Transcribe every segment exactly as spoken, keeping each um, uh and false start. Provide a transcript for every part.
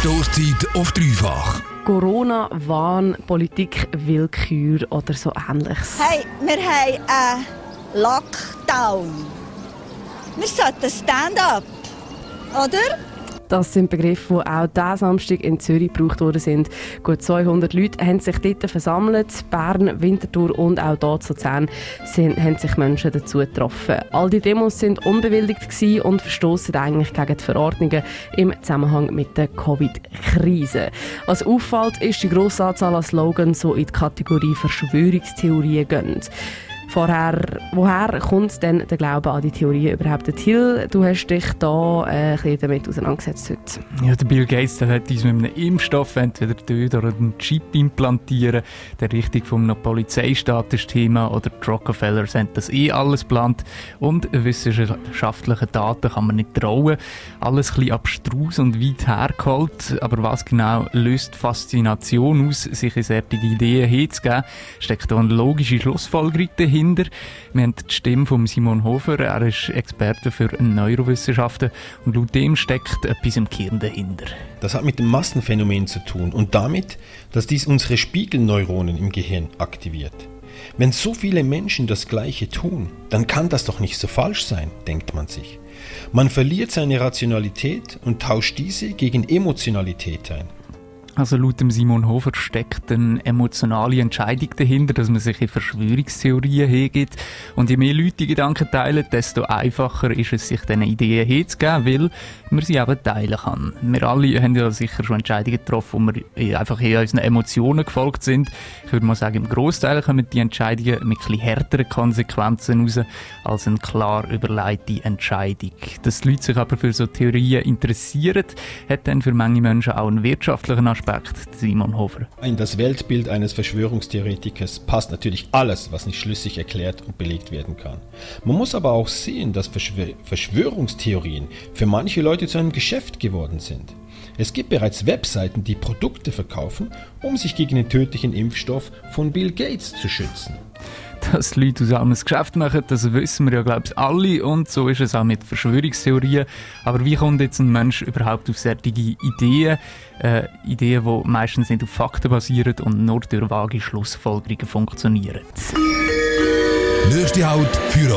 Stosszeit auf dreifach. Corona, Wahn, Politik, Willkür oder so Ähnliches. Hey, wir haben einen Lockdown. Wir sollten Stand-up, oder? Das sind Begriffe, die auch diesen Samstag in Zürich gebraucht worden sind. Gut zweihundert Leute haben sich dort versammelt. Bern, Winterthur und auch hier zu Luzern sind, haben sich Menschen dazu getroffen. All die Demos sind unbewilligt und verstoßen eigentlich gegen die Verordnungen im Zusammenhang mit der Covid-Krise. Was auffällt, ist die grosse Anzahl an Slogans, die in die Kategorie Verschwörungstheorien gehen. Vorher, woher kommt denn der Glaube an die Theorie überhaupt? Till, du hast dich da äh, ein bisschen damit auseinandergesetzt heute. Ja, der Bill Gates der hat uns mit einem Impfstoff entweder töten oder einen Chip implantieren. Der Richtung von einem Polizeistaat ist Thema oder die Rockefellers haben das eh alles geplant. Und wissenschaftlichen Daten kann man nicht trauen. Alles ein bisschen abstrus und weit hergeholt. Aber was genau löst Faszination aus, sich in solche Ideen hinzugeben? Steckt da eine logische Schlussfolgerung dahinter? Wir haben die Stimme von Simon Hofer, er ist Experte für Neurowissenschaften und laut dem steckt etwas im Gehirn dahinter. Das hat mit dem Massenphänomen zu tun und damit, dass dies unsere Spiegelneuronen im Gehirn aktiviert. Wenn so viele Menschen das Gleiche tun, dann kann das doch nicht so falsch sein, denkt man sich. Man verliert seine Rationalität und tauscht diese gegen Emotionalität ein. Also laut dem Simon Hofer steckt eine emotionale Entscheidung dahinter, dass man sich in Verschwörungstheorien hingibt. Und je mehr Leute die Gedanken teilen, desto einfacher ist es, sich diesen Ideen hinzugeben, weil man sie eben teilen kann. Wir alle haben ja sicher schon Entscheidungen getroffen, wo wir einfach eher unseren Emotionen gefolgt sind. Ich würde mal sagen, im Grossteil kommen die Entscheidungen mit etwas härteren Konsequenzen raus, als eine klar überlegte Entscheidung. Dass die Leute sich aber für so Theorien interessieren, hat dann für manche Menschen auch einen wirtschaftlichen Aspekt. Simon Hofer. In das Weltbild eines Verschwörungstheoretikers passt natürlich alles, was nicht schlüssig erklärt und belegt werden kann. Man muss aber auch sehen, dass Verschwör- Verschwörungstheorien für manche Leute zu einem Geschäft geworden sind. Es gibt bereits Webseiten, die Produkte verkaufen, um sich gegen den tödlichen Impfstoff von Bill Gates zu schützen. Dass die Leute aus allem ein Geschäft machen, das wissen wir ja, glaube ich, alle. Und so ist es auch mit Verschwörungstheorien. Aber wie kommt jetzt ein Mensch überhaupt auf solche Ideen? Äh, Ideen, die meistens nicht auf Fakten basieren und nur durch vage Schlussfolgerungen funktionieren. Nächste Halt für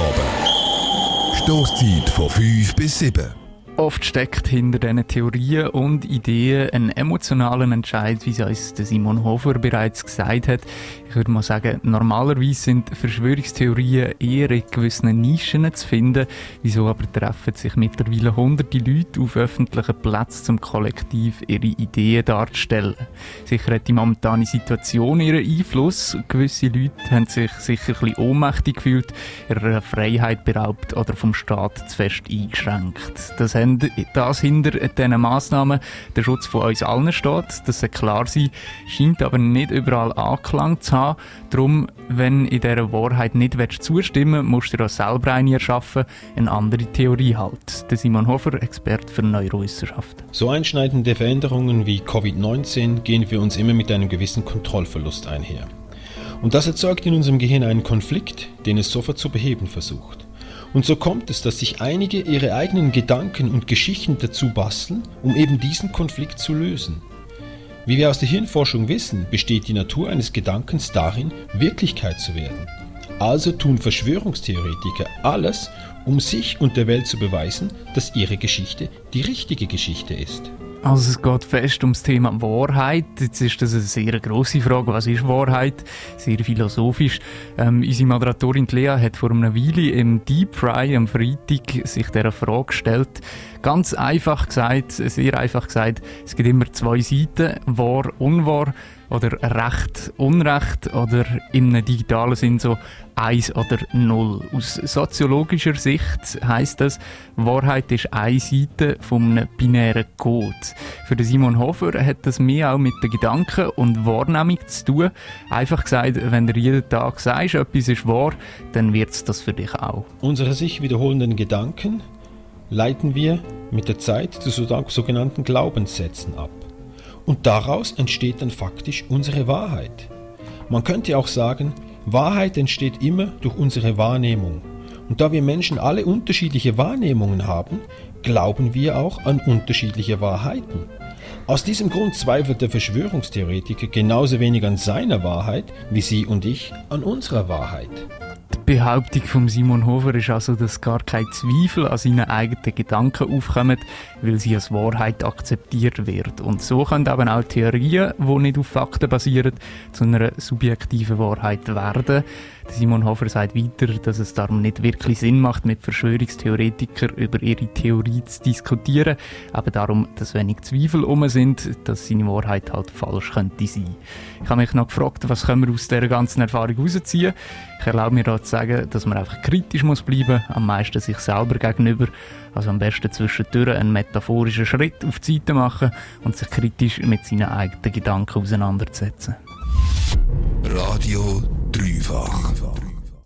Abend. Stosszeit von fünf bis sieben. Oft steckt hinter diesen Theorien und Ideen ein emotionaler Entscheid, wie es uns Simon Hofer bereits gesagt hat. Ich würde mal sagen, normalerweise sind Verschwörungstheorien eher in gewissen Nischen zu finden. Wieso aber treffen sich mittlerweile hunderte Leute auf öffentlichen Plätzen, um kollektiv ihre Ideen darzustellen. Sicher hat die momentane Situation ihren Einfluss. Gewisse Leute haben sich sicher ein bisschen ohnmächtig gefühlt, ihrer Freiheit beraubt oder vom Staat zu fest eingeschränkt. Das das hinter diesen Massnahmen der Schutz von uns allen steht, das soll klar sein, scheint aber nicht überall angelangt zu haben. Darum, wenn in dieser Wahrheit nicht zustimmen willst, musst du dir auch selber eine erschaffen, eine andere Theorie halt. Der Simon Hofer, Experte für Neurowissenschaften. So einschneidende Veränderungen wie Covid neunzehn gehen für uns immer mit einem gewissen Kontrollverlust einher. Und das erzeugt in unserem Gehirn einen Konflikt, den es sofort zu beheben versucht. Und so kommt es, dass sich einige ihre eigenen Gedanken und Geschichten dazu basteln, um eben diesen Konflikt zu lösen. Wie wir aus der Hirnforschung wissen, besteht die Natur eines Gedankens darin, Wirklichkeit zu werden. Also tun Verschwörungstheoretiker alles, um sich und der Welt zu beweisen, dass ihre Geschichte die richtige Geschichte ist. Also es geht fest ums Thema Wahrheit. Jetzt ist das eine sehr grosse Frage. Was ist Wahrheit? Sehr philosophisch. Ähm, unsere Moderatorin Lea hat vor einer Weile im Deep Fry am Freitag sich dieser Frage gestellt. Ganz einfach gesagt, sehr einfach gesagt, es gibt immer zwei Seiten, wahr, unwahr oder recht, unrecht oder im digitalen Sinn so eins oder null. Aus soziologischer Sicht heisst das, Wahrheit ist eine Seite von einem binären Code. Für den Simon Hofer hat das mehr auch mit den Gedanken und Wahrnehmung zu tun. Einfach gesagt, wenn du jeden Tag sagst, etwas ist wahr, dann wird es das für dich auch. Unsere sich wiederholenden Gedanken leiten wir mit der Zeit zu sogenannten Glaubenssätzen ab. Und daraus entsteht dann faktisch unsere Wahrheit. Man könnte auch sagen, Wahrheit entsteht immer durch unsere Wahrnehmung. Und da wir Menschen alle unterschiedliche Wahrnehmungen haben, glauben wir auch an unterschiedliche Wahrheiten. Aus diesem Grund zweifelt der Verschwörungstheoretiker genauso wenig an seiner Wahrheit, wie Sie und ich an unserer Wahrheit. Die Behauptung von Simon Hofer ist also, dass gar kein Zweifel an seinen eigenen Gedanken aufkommen, weil sie als Wahrheit akzeptiert wird. Und so können eben auch Theorien, die nicht auf Fakten basieren, zu einer subjektiven Wahrheit werden. Simon Hofer sagt weiter, dass es darum nicht wirklich Sinn macht, mit Verschwörungstheoretikern über ihre Theorie zu diskutieren. Aber darum, dass wenig Zweifel um sind, dass seine Wahrheit halt falsch könnte sein. Ich habe mich noch gefragt, was können wir aus dieser ganzen Erfahrung herausziehen? Ich erlaube mir da zu sagen, dass man einfach kritisch muss bleiben, am meisten sich selber gegenüber. Also am besten zwischendurch einen metaphorischen Schritt auf die Seite machen und sich kritisch mit seinen eigenen Gedanken auseinandersetzen. Radio Dreifach.